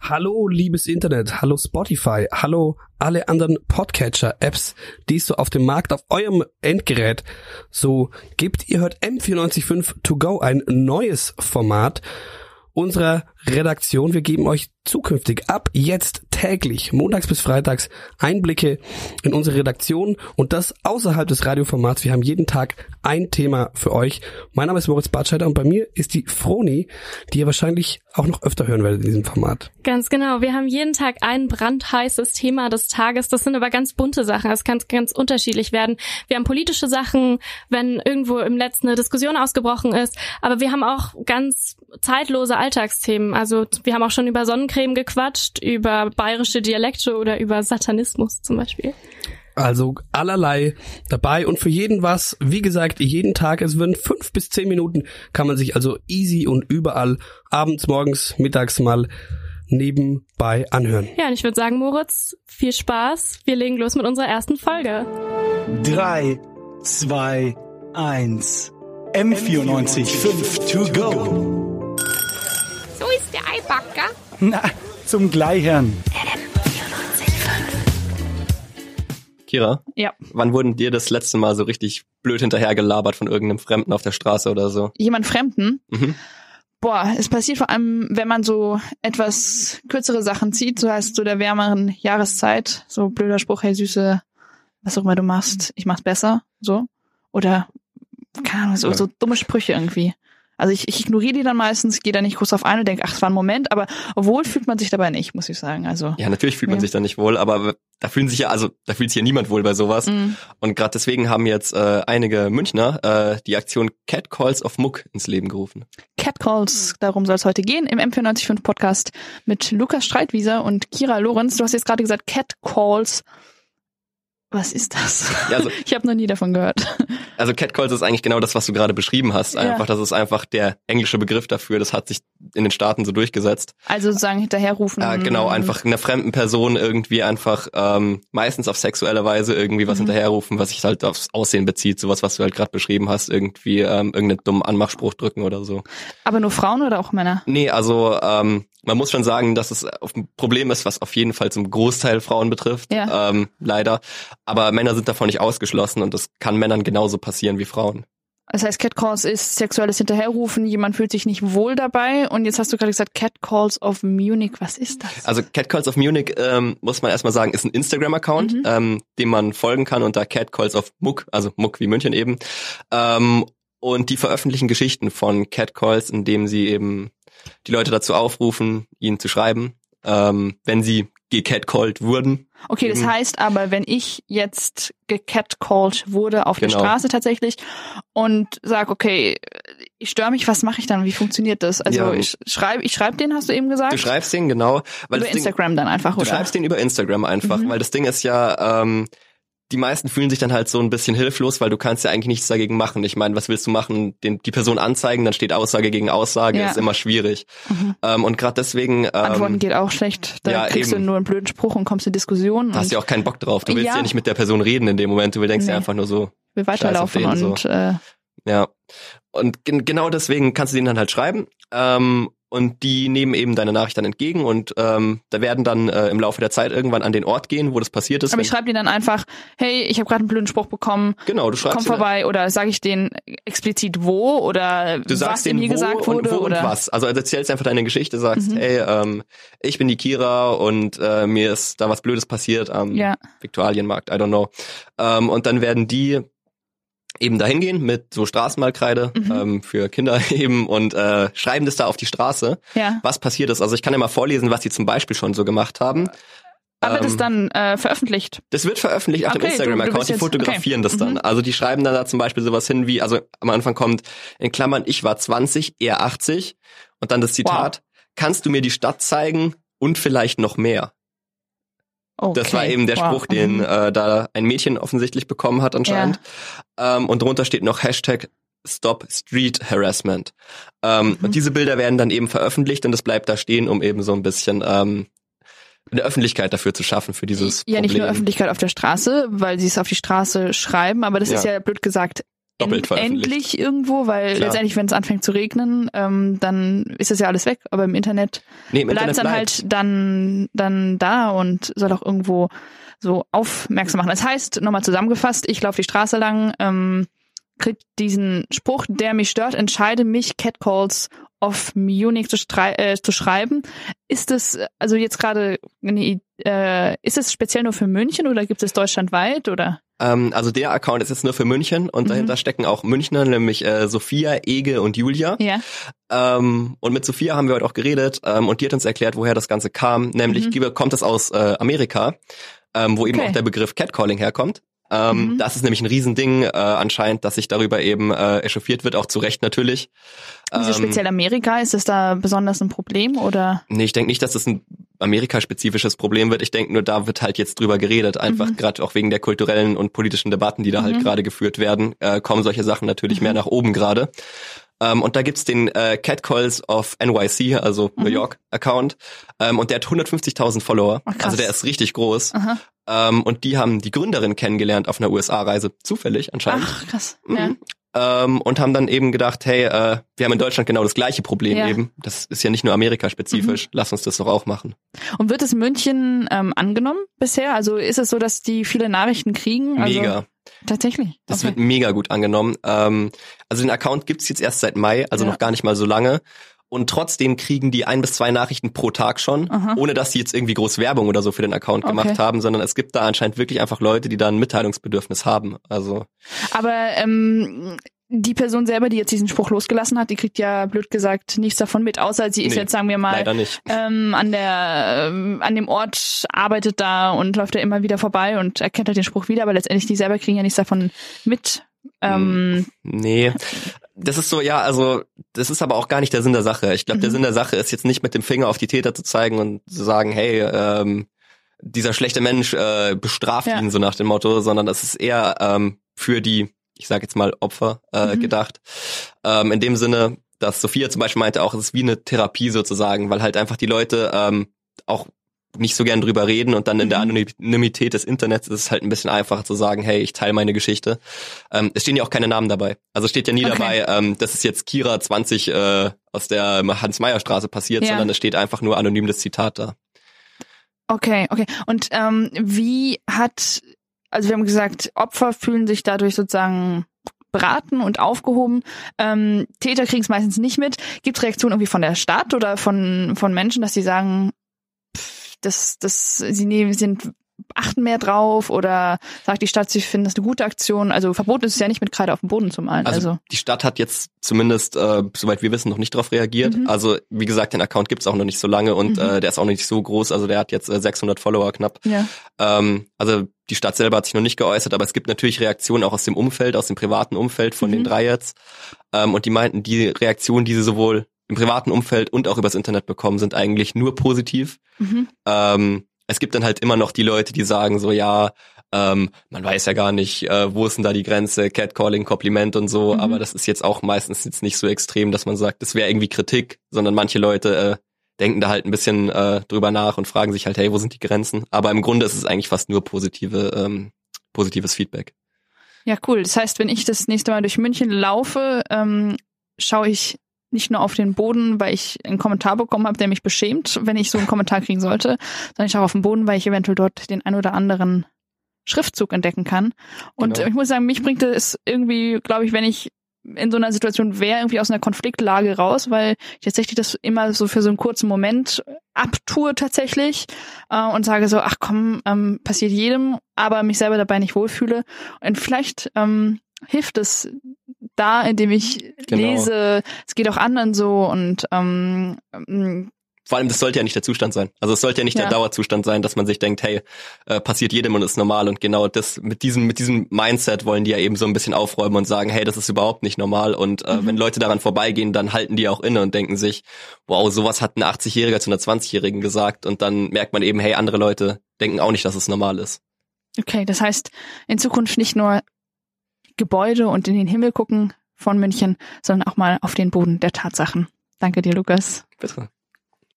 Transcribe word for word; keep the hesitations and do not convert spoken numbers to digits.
Hallo liebes Internet, hallo Spotify, hallo alle anderen Podcatcher-Apps, die es so auf dem Markt auf eurem Endgerät so gibt. Ihr hört M vierundneunzig Komma fünf To Go, ein neues Format unserer Redaktion. Wir geben euch zukünftig ab jetzt täglich, montags bis freitags, Einblicke in unsere Redaktion und das außerhalb des Radioformats. Wir haben jeden Tag ein Thema für euch. Mein Name ist Moritz Bartscheider und bei mir ist die Froni, die ihr wahrscheinlich auch noch öfter hören werdet in diesem Format. Ganz genau. Wir haben jeden Tag ein brandheißes Thema des Tages. Das sind aber ganz bunte Sachen. Es kann ganz unterschiedlich werden. Wir haben politische Sachen, wenn irgendwo im Netz eine Diskussion ausgebrochen ist. Aber wir haben auch ganz zeitlose Alltagsthemen. Also wir haben auch schon über Sonnencreme gequatscht, über bayerische Dialekte oder über Satanismus zum Beispiel. Also allerlei dabei und für jeden was, wie gesagt, jeden Tag, es würden fünf bis zehn Minuten, kann man sich also easy und überall abends, morgens, mittags mal nebenbei anhören. Ja, und ich würde sagen, Moritz, viel Spaß. Wir legen los mit unserer ersten Folge. Drei, zwei, eins. M vierundneunzig Komma fünf To Go. So ist der Eibacker. Na, zum Gleichern. Kira? Ja. Wann wurden dir das letzte Mal so richtig blöd hinterhergelabert von irgendeinem Fremden auf der Straße oder so? Jemand Fremden? Mhm. Boah, es passiert vor allem, wenn man so etwas kürzere Sachen zieht, so heißt so der wärmeren Jahreszeit, so blöder Spruch, hey Süße, was auch immer du machst, ich mach's besser, so. Oder, keine Ahnung, so, so dumme Sprüche irgendwie. Also ich, ich ignoriere die dann meistens, gehe da nicht groß drauf ein und denke, ach, es war ein Moment, aber wohl fühlt man sich dabei nicht, muss ich sagen. Also ja, natürlich fühlt man ja. sich da nicht wohl, aber da fühlen sich ja, also da fühlt sich ja niemand wohl bei sowas. Mm. Und gerade deswegen haben jetzt äh, einige Münchner äh, die Aktion Catcalls of Muck ins Leben gerufen. Catcalls, darum soll es heute gehen, im M vierundneunzig Komma fünf Podcast mit Lukas Streitwieser und Kira Lorenz. Du hast jetzt gerade gesagt Catcalls. Was ist das? Ja, also, ich habe noch nie davon gehört. Also Catcalls ist eigentlich genau das, was du gerade beschrieben hast. Einfach, Ja. das ist einfach der englische Begriff dafür. Das hat sich in den Staaten so durchgesetzt. Also sozusagen hinterherrufen. Äh, genau, einfach einer fremden Person irgendwie einfach ähm, meistens auf sexuelle Weise irgendwie was Mhm. hinterherrufen, was sich halt aufs Aussehen bezieht. Sowas, was du halt gerade beschrieben hast. Irgendwie ähm, irgendeinen dummen Anmachspruch drücken oder so. Aber nur Frauen oder auch Männer? Nee, also ähm, man muss schon sagen, dass es ein Problem ist, was auf jeden Fall zum Großteil Frauen betrifft, Ja. ähm, leider. Aber Männer sind davon nicht ausgeschlossen und das kann Männern genauso passieren wie Frauen. Das heißt, Catcalls ist sexuelles Hinterherrufen, jemand fühlt sich nicht wohl dabei und jetzt hast du gerade gesagt Catcalls of Munich, was ist das? Also Catcalls of Munich, ähm, muss man erstmal sagen, ist ein Instagram-Account, Mhm. ähm, dem man folgen kann unter Catcalls of Muck, also Muck wie München eben. Ähm, und die veröffentlichen Geschichten von Catcalls, indem sie eben die Leute dazu aufrufen, ihnen zu schreiben, ähm, wenn sie gecatcalled wurden. Okay, das eben. heißt aber, wenn ich jetzt gecatcalled wurde auf Genau. der Straße tatsächlich und sag, okay, ich störe mich, was mache ich dann? Wie funktioniert das? Also Ja. ich schreibe, ich schreibe den, hast du eben gesagt? Du schreibst den, genau. Weil über das Ding, Instagram dann einfach, Du oder? schreibst den über Instagram einfach, Mhm. weil das Ding ist ja, ähm, die meisten fühlen sich dann halt so ein bisschen hilflos, weil du kannst ja eigentlich nichts dagegen machen. Ich meine, was willst du machen? Den, die Person anzeigen, dann steht Aussage gegen Aussage, Ja. ist immer schwierig. Mhm. Ähm, und gerade deswegen ähm, Antworten geht auch schlecht. Da ja, kriegst eben. du nur einen blöden Spruch und kommst in Diskussionen hast und ja auch keinen Bock drauf. Du willst ja, Ja. nicht mit der Person reden in dem Moment. Du denkst Nee. ja einfach nur so, will weiterlaufen Scheiß auf den, und äh, ja. Und gen- genau deswegen kannst du denen dann halt schreiben. Ähm, und die nehmen eben deine Nachricht dann entgegen und ähm, da werden dann äh, im Laufe der Zeit irgendwann an den Ort gehen, wo das passiert ist. aber ich schreibe dir dann einfach, hey, ich habe gerade einen blöden Spruch bekommen, Genau, du schreibst komm ihnen- vorbei, oder sage ich denen explizit wo oder Du sagst was denen mir wo gesagt wurde und wo oder und was. Also du erzählst einfach deine Geschichte, sagst, Mhm. hey, ähm, ich bin die Kira und äh, mir ist da was Blödes passiert am Ja. Viktualienmarkt, I don't know. Ähm, und dann werden die eben dahin gehen mit so Straßenmalkreide Mhm. ähm, für Kinder eben und äh, schreiben das da auf die Straße, Ja. was passiert ist. Also ich kann ja mal vorlesen, was die zum Beispiel schon so gemacht haben. Aber das Ähm, dann äh, veröffentlicht. Das wird veröffentlicht auf Okay, dem du- du Instagram-Account, bist die jetzt- fotografieren okay. das dann. Mhm. Also die schreiben dann da zum Beispiel sowas hin wie, also am Anfang kommt in Klammern, ich war zwanzig, er achtzig und dann das Zitat, kannst du mir die Stadt zeigen und vielleicht noch mehr? Okay. Das war eben der Wow. Spruch, den Mhm. äh, da ein Mädchen offensichtlich bekommen hat anscheinend. Ähm, und drunter steht noch Hashtag Stop Street Harassment. Ähm, Mhm. Und diese Bilder werden dann eben veröffentlicht und das bleibt da stehen, um eben so ein bisschen ähm, eine Öffentlichkeit dafür zu schaffen, für dieses Ja, Problem. nicht nur Öffentlichkeit auf der Straße, weil sie es auf die Straße schreiben, aber das Ja. ist ja blöd gesagt doppelt end, veröffentlicht. endlich irgendwo, weil Klar. letztendlich, wenn es anfängt zu regnen, ähm, dann ist das ja alles weg. Aber im Internet Nee, im bleibt es Internet dann bleibt. halt dann, dann da und soll auch irgendwo so aufmerksam machen. Das heißt, nochmal zusammengefasst, ich laufe die Straße lang, ähm, krieg diesen Spruch, der mich stört, entscheide mich, Catcalls of Munich zu, strei- äh, zu schreiben. Ist es also jetzt gerade eine, äh, ist es speziell nur für München oder gibt es deutschlandweit oder? Ähm, also der Account ist jetzt nur für München und Mhm. dahinter stecken auch Münchner, nämlich äh, Sophia, Ege und Julia. Ja. Ähm, und mit Sophia haben wir heute auch geredet ähm, und die hat uns erklärt, woher das Ganze kam. Nämlich Mhm. kommt es aus äh, Amerika, ähm, wo eben Okay. auch der Begriff Catcalling herkommt. Ähm, Mhm. Das ist nämlich ein Riesending äh, anscheinend, dass sich darüber eben äh, echauffiert wird, auch zu Recht natürlich. Wieso Ähm, speziell Amerika? Ist das da besonders ein Problem oder? Nee, ich denke nicht, dass das ein amerikaspezifisches Problem wird. Ich denke nur, da wird halt jetzt drüber geredet. Einfach Mhm. gerade auch wegen der kulturellen und politischen Debatten, die da halt Mhm. gerade geführt werden, äh, kommen solche Sachen natürlich Mhm. mehr nach oben gerade. Ähm, und da gibt's den äh, Catcalls of N Y C, also Mhm. New York Account. Ähm, und der hat hundertfünfzigtausend Follower. Ach, krass. Also der ist richtig groß. Aha. Ähm, und die haben die Gründerin kennengelernt auf einer U S A-Reise. Zufällig anscheinend. Ach, krass. Mhm. Ja. Ähm, und haben dann eben gedacht, hey, äh, wir haben in Deutschland genau das gleiche Problem Ja. eben. Das ist ja nicht nur Amerika-spezifisch. Lass uns das doch auch machen. Und wird es in München ähm, angenommen bisher? Also ist es so, dass die viele Nachrichten kriegen? Also, Mega. Tatsächlich. Das Okay. wird mega gut angenommen. Ähm, also den Account gibt's jetzt erst seit Mai, also Ja. noch gar nicht mal so lange. Und trotzdem kriegen die ein bis zwei Nachrichten pro Tag schon, Aha. ohne dass sie jetzt irgendwie groß Werbung oder so für den Account Okay. gemacht haben, sondern es gibt da anscheinend wirklich einfach Leute, die da ein Mitteilungsbedürfnis haben. Also Aber ähm, die Person selber, die jetzt diesen Spruch losgelassen hat, die kriegt ja blöd gesagt nichts davon mit, außer sie ist Nee, jetzt, sagen wir mal, leider nicht. ähm, an der ähm, an dem Ort, arbeitet da und läuft da immer wieder vorbei und erkennt halt den Spruch wieder, aber letztendlich die selber kriegen ja nichts davon mit. Ähm, Nee, das ist so, ja, also das ist aber auch gar nicht der Sinn der Sache. Ich glaube, der Mhm. Sinn der Sache ist jetzt nicht mit dem Finger auf die Täter zu zeigen und zu sagen, hey, ähm, dieser schlechte Mensch äh, bestraft Ja. ihn so nach dem Motto, sondern das ist eher ähm, für die, ich sage jetzt mal Opfer äh, Mhm. gedacht. Ähm, in dem Sinne, dass Sophia zum Beispiel meinte auch, es ist wie eine Therapie sozusagen, weil halt einfach die Leute ähm, auch nicht so gern drüber reden und dann in der Mhm. Anonymität des Internets ist es halt ein bisschen einfacher zu sagen, hey, ich teile meine Geschichte. Ähm, es stehen ja auch keine Namen dabei. Also steht ja nie Okay. dabei, ähm, das ist jetzt Kira zwanzig äh, aus der Hans-Meyer-Straße passiert, Ja. sondern es steht einfach nur anonym das Zitat da. Okay, okay. Und ähm, wie hat, also wir haben gesagt, Opfer fühlen sich dadurch sozusagen beraten und aufgehoben. Ähm, Täter kriegen es meistens nicht mit. Gibt es Reaktionen irgendwie von der Stadt oder von von Menschen, dass sie sagen, pff, das, das, sie nee, sind achten mehr drauf oder sagt die Stadt, sie finden das eine gute Aktion? Also verboten ist es ja nicht, mit Kreide auf den Boden zu malen. Also, Also, die Stadt hat jetzt zumindest, äh, soweit wir wissen, noch nicht darauf reagiert. Mhm. Also wie gesagt, den Account gibt's auch noch nicht so lange und Mhm. äh, der ist auch noch nicht so groß. Also der hat jetzt äh, sechshundert Follower knapp. ja. Ähm, also die Stadt selber hat sich noch nicht geäußert, aber es gibt natürlich Reaktionen auch aus dem Umfeld, aus dem privaten Umfeld von Mhm. den drei jetzt. Ähm, und die meinten, die Reaktionen, die sie sowohl im privaten Umfeld und auch übers Internet bekommen, sind eigentlich nur positiv. Mhm. Ähm, es gibt dann halt immer noch die Leute, die sagen so, ja, ähm, man weiß ja gar nicht, äh, wo ist denn da die Grenze, Catcalling, Kompliment und so, Mhm. aber das ist jetzt auch meistens jetzt nicht so extrem, dass man sagt, das wäre irgendwie Kritik, sondern manche Leute äh, denken da halt ein bisschen äh, drüber nach und fragen sich halt, hey, wo sind die Grenzen? Aber im Grunde ist es eigentlich fast nur positive, ähm, positives Feedback. Ja, cool. Das heißt, wenn ich das nächste Mal durch München laufe, ähm, schaue ich nicht nur auf den Boden, weil ich einen Kommentar bekommen habe, der mich beschämt, wenn ich so einen Kommentar kriegen sollte, sondern ich schaue auf den Boden, weil ich eventuell dort den ein oder anderen Schriftzug entdecken kann. Und Genau. ich muss sagen, mich bringt es irgendwie, glaube ich, wenn ich in so einer Situation wäre, irgendwie aus einer Konfliktlage raus, weil ich tatsächlich das immer so für so einen kurzen Moment abtue tatsächlich äh, und sage so, ach komm, ähm, passiert jedem, aber mich selber dabei nicht wohlfühle. Und vielleicht ähm, hilft es da, indem ich Genau. lese, es geht auch anderen so und ähm, ähm, Vor allem, das sollte ja nicht der Zustand sein. Also es sollte ja nicht Ja. der Dauerzustand sein, dass man sich denkt, hey, äh, passiert jedem und ist normal. Und genau das mit diesem mit diesem Mindset wollen die ja eben so ein bisschen aufräumen und sagen, hey, das ist überhaupt nicht normal. Und äh, Mhm. wenn Leute daran vorbeigehen, dann halten die auch inne und denken sich, wow, sowas hat ein achtzigjähriger zu einer zwanzigjährigen gesagt. Und dann merkt man eben, hey, andere Leute denken auch nicht, dass es normal ist. okay, das heißt, in Zukunft nicht nur Gebäude und in den Himmel gucken von München, sondern auch mal auf den Boden der Tatsachen. Danke dir, Lukas. Bitte.